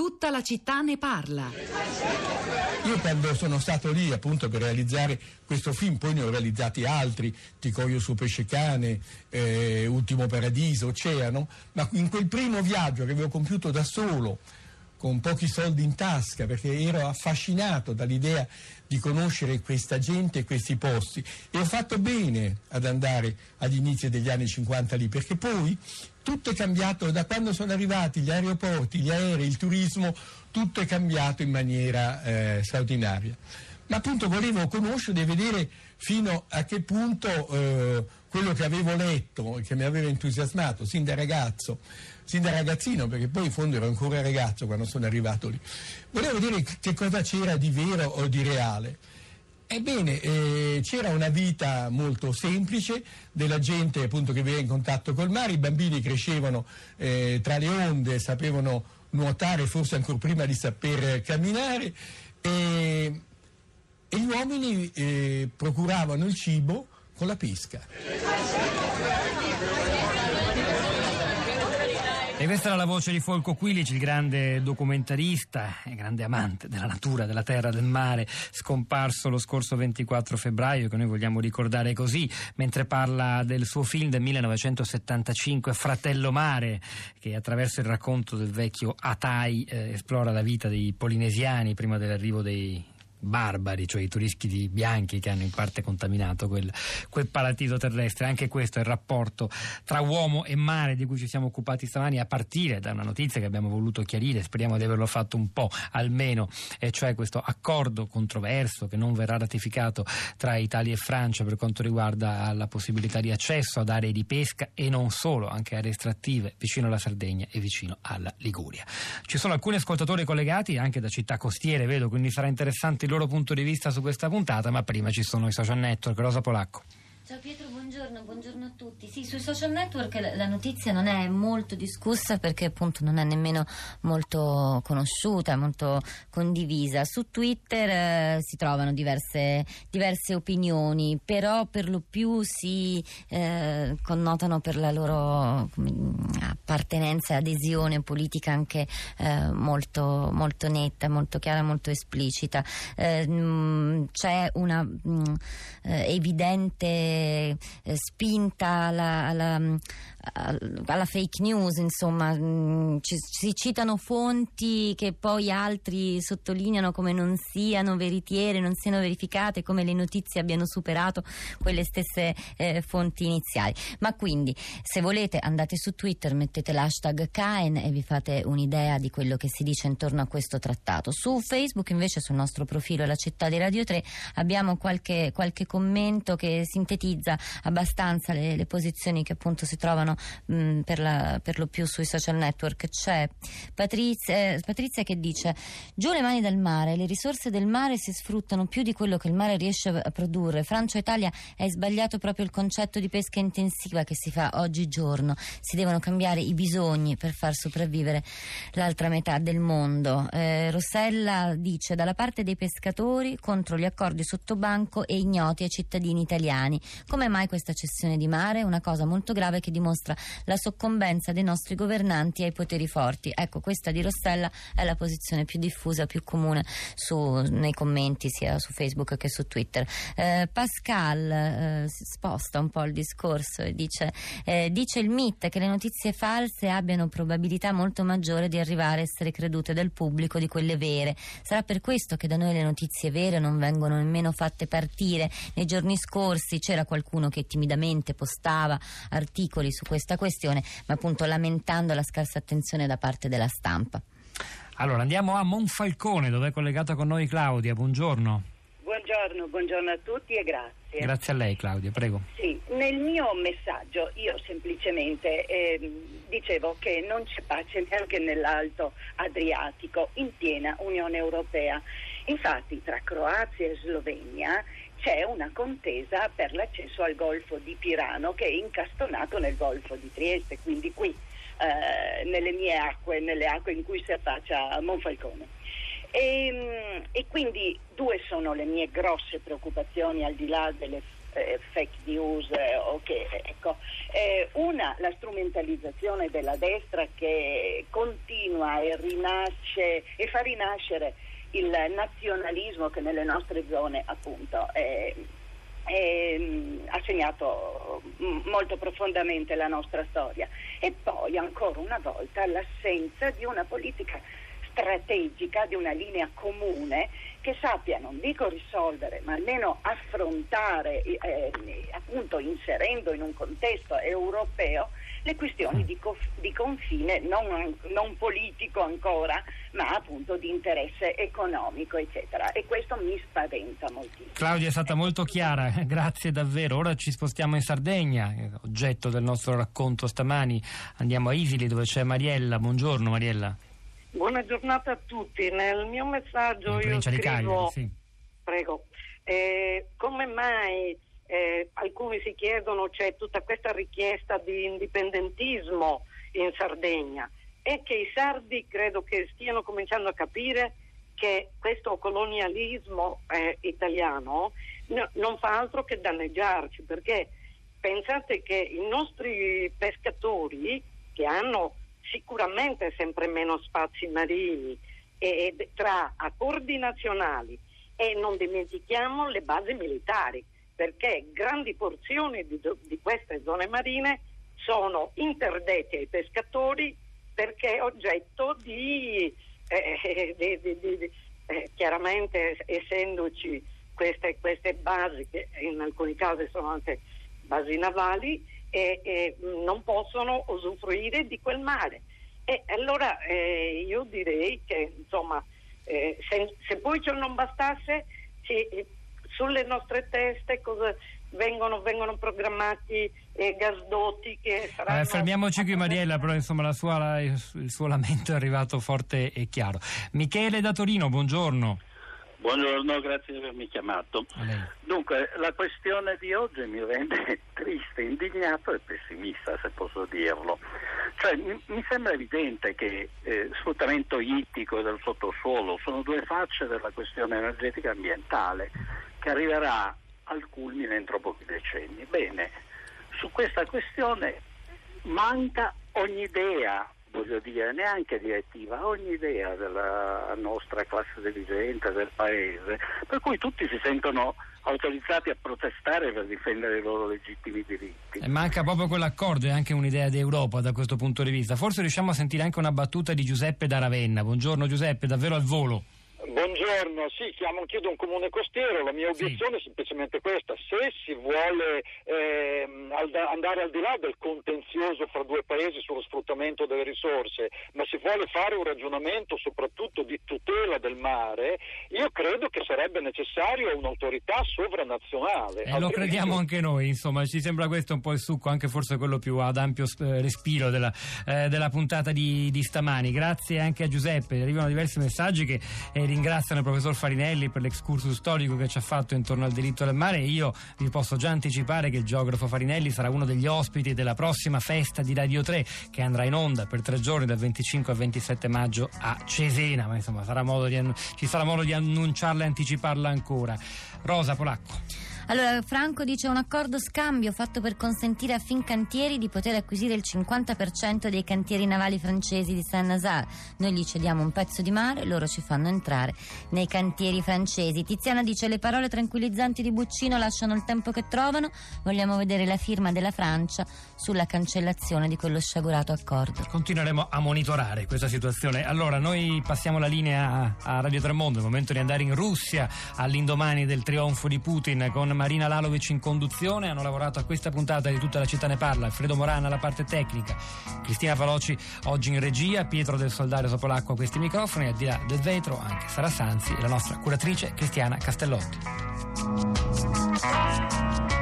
Tutta la città ne parla. Io quando sono stato lì appunto per realizzare questo film, poi ne ho realizzati altri, Ticoio su Pescecane, Ultimo Paradiso, Oceano, ma in quel primo viaggio che avevo compiuto da solo, con pochi soldi in tasca, perché ero affascinato dall'idea di conoscere questa gente e questi posti, e ho fatto bene ad andare agli inizi degli anni 50 lì, perché poi tutto è cambiato da quando sono arrivati gli aeroporti, gli aerei, il turismo, tutto è cambiato in maniera straordinaria. Ma appunto volevo conoscere e vedere fino a che punto quello che avevo letto e che mi aveva entusiasmato sin da ragazzino, perché poi in fondo ero ancora ragazzo quando sono arrivato lì. Volevo vedere che cosa c'era di vero o di reale. Ebbene, c'era una vita molto semplice della gente appunto che veniva in contatto col mare, i bambini crescevano tra le onde, sapevano nuotare forse ancora prima di saper camminare, e gli uomini procuravano il cibo con la pesca. E questa era la voce di Folco Quilic, il grande documentarista e grande amante della natura, della terra, del mare, scomparso lo scorso 24 febbraio, che noi vogliamo ricordare così, mentre parla del suo film del 1975, Fratello Mare, che attraverso il racconto del vecchio Atai esplora la vita dei polinesiani prima dell'arrivo dei barbari, cioè i turisti bianchi che hanno in parte contaminato quel paradiso terrestre. Anche questo è il rapporto tra uomo e mare di cui ci siamo occupati stamani, a partire da una notizia che abbiamo voluto chiarire, speriamo di averlo fatto un po' almeno, e cioè questo accordo controverso che non verrà ratificato tra Italia e Francia per quanto riguarda la possibilità di accesso ad aree di pesca, e non solo, anche aree estrattive vicino alla Sardegna e vicino alla Liguria. Ci sono alcuni ascoltatori collegati anche da città costiere, vedo, quindi sarà interessante il loro punto di vista su questa puntata, ma prima ci sono i social network. Rosa Polacco. Ciao Pietro, buongiorno a tutti. Sì, sui social network la notizia non è molto discussa perché appunto non è nemmeno molto conosciuta, molto condivisa. Su Twitter si trovano diverse opinioni, però per lo più si connotano per la loro appartenenza e adesione politica anche molto, molto netta, molto chiara, molto esplicita. C'è una evidente spinta alla fake news, insomma, si citano fonti che poi altri sottolineano come non siano veritiere, non siano verificate, come le notizie abbiano superato quelle stesse fonti iniziali. Ma quindi, se volete, andate su Twitter, mettete l'hashtag Caen e vi fate un'idea di quello che si dice intorno a questo trattato. Su Facebook invece, sul nostro profilo La Città di Radio 3, abbiamo qualche commento che sintetizza abbastanza le posizioni che appunto si trovano per lo più sui social network. C'è Patrizia che dice: giù le mani dal mare, le risorse del mare si sfruttano più di quello che il mare riesce a produrre. Francia e Italia è sbagliato proprio il concetto di pesca intensiva che si fa oggigiorno, si devono cambiare i bisogni per far sopravvivere l'altra metà del mondo. Rossella dice: dalla parte dei pescatori contro gli accordi sottobanco e ignoti ai cittadini italiani. Come mai questa cessione di mare? Una cosa molto grave che dimostra la soccombenza dei nostri governanti ai poteri forti. Ecco, questa di Rossella è la posizione più diffusa, più comune nei commenti sia su Facebook che su Twitter. Pascal sposta un po' il discorso e dice il MIT che le notizie false abbiano probabilità molto maggiore di arrivare a essere credute dal pubblico di quelle vere. Sarà per questo che da noi le notizie vere non vengono nemmeno fatte partire. Nei giorni scorsi c'era qualcuno che timidamente postava articoli su questa questione, ma appunto lamentando la scarsa attenzione da parte della stampa. Allora andiamo a Monfalcone, dove è collegata con noi Claudia. Buongiorno a tutti e grazie. Grazie a lei Claudia, prego. Sì, nel mio messaggio io semplicemente dicevo che non c'è pace neanche nell'Alto Adriatico, in piena Unione Europea. Infatti tra Croazia e Slovenia c'è una contesa per l'accesso al Golfo di Pirano, che è incastonato nel Golfo di Trieste, quindi qui nelle mie acque, nelle acque in cui si affaccia Monfalcone. E quindi due sono le mie grosse preoccupazioni, al di là delle fake news la strumentalizzazione della destra che continua e rinasce e fa rinascere il nazionalismo che nelle nostre zone appunto ha segnato molto profondamente la nostra storia, e poi ancora una volta l'assenza di una politica strategica, di una linea comune che sappia, non dico risolvere, ma almeno affrontare, appunto inserendo in un contesto europeo le questioni di confine, non politico ancora, ma appunto di interesse economico, eccetera. E questo mi spaventa moltissimo. Claudia è stata molto chiara, grazie davvero. Ora ci spostiamo in Sardegna, oggetto del nostro racconto stamani. Andiamo a Isili, dove c'è Mariella. Buongiorno Mariella. Buona giornata a tutti. Nel mio messaggio io scrivo, Cagliari, sì. Prego, come mai alcuni si chiedono, c'è tutta questa richiesta di indipendentismo in Sardegna, e che i sardi credo che stiano cominciando a capire che questo colonialismo italiano non fa altro che danneggiarci, perché pensate che i nostri pescatori, che hanno sicuramente sempre meno spazi marini e tra accordi nazionali, e non dimentichiamo le basi militari, perché grandi porzioni di queste zone marine sono interdette ai pescatori perché oggetto di chiaramente, essendoci queste basi che in alcuni casi sono anche basi navali, e non possono usufruire di quel mare. E allora io direi che insomma se poi ciò non bastasse, sulle nostre teste vengono programmati gasdotti che saranno... fermiamoci qui Mariella, però insomma il suo lamento è arrivato forte e chiaro. Michele da Torino, buongiorno. Buongiorno, grazie di avermi chiamato. Dunque, la questione di oggi mi rende triste, indignato e pessimista, se posso dirlo. Cioè, mi sembra evidente che sfruttamento ittico e del sottosuolo sono due facce della questione energetica ambientale che arriverà al culmine entro pochi decenni. Bene, su questa questione manca ogni idea, voglio dire, neanche direttiva, ogni idea della nostra classe dirigente, del paese, per cui tutti si sentono autorizzati a protestare per difendere i loro legittimi diritti. E manca proprio quell'accordo e anche un'idea di Europa da questo punto di vista. Forse riusciamo a sentire anche una battuta di Giuseppe da Ravenna. Buongiorno Giuseppe, davvero al volo. Buongiorno, sì, chiedo un comune costiero. La mia obiezione è semplicemente questa: se si vuole andare al di là del contenzioso fra due paesi sullo sfruttamento delle risorse, ma si vuole fare un ragionamento soprattutto di tutela del mare, io credo che sarebbe necessario un'autorità sovranazionale. Lo crediamo anche noi, insomma, ci sembra questo un po' il succo, anche forse quello più ad ampio respiro della puntata di stamani. Grazie anche a Giuseppe, arrivano diversi messaggi che ringraziano il professor Farinelli per l'excursus storico che ci ha fatto intorno al diritto del mare. Io vi posso già anticipare che il geografo Farinelli sarà uno degli ospiti della prossima festa di Radio 3, che andrà in onda per 3 giorni dal 25 al 27 maggio a Cesena, ma insomma ci sarà modo di annunciarla e anticiparla ancora. Rosa Polacco. Allora, Franco dice: un accordo scambio fatto per consentire a Fincantieri di poter acquisire il 50% dei cantieri navali francesi di Saint-Nazaire. Noi gli cediamo un pezzo di mare, loro ci fanno entrare nei cantieri francesi. Tiziana dice: le parole tranquillizzanti di Buccino lasciano il tempo che trovano, vogliamo vedere la firma della Francia sulla cancellazione di quello sciagurato accordo. Continueremo a monitorare questa situazione. Allora, noi passiamo la linea a Radio Tremondo, è il momento di andare in Russia all'indomani del trionfo di Putin, con Marina Lalovic in conduzione. Hanno lavorato a questa puntata di Tutta la città ne parla Alfredo Morana alla parte tecnica, Cristina Faloci oggi in regia, Pietro del Soldario Sopolacco a questi microfoni, al di là del vetro anche Sara Sanzi e la nostra curatrice Cristiana Castellotti.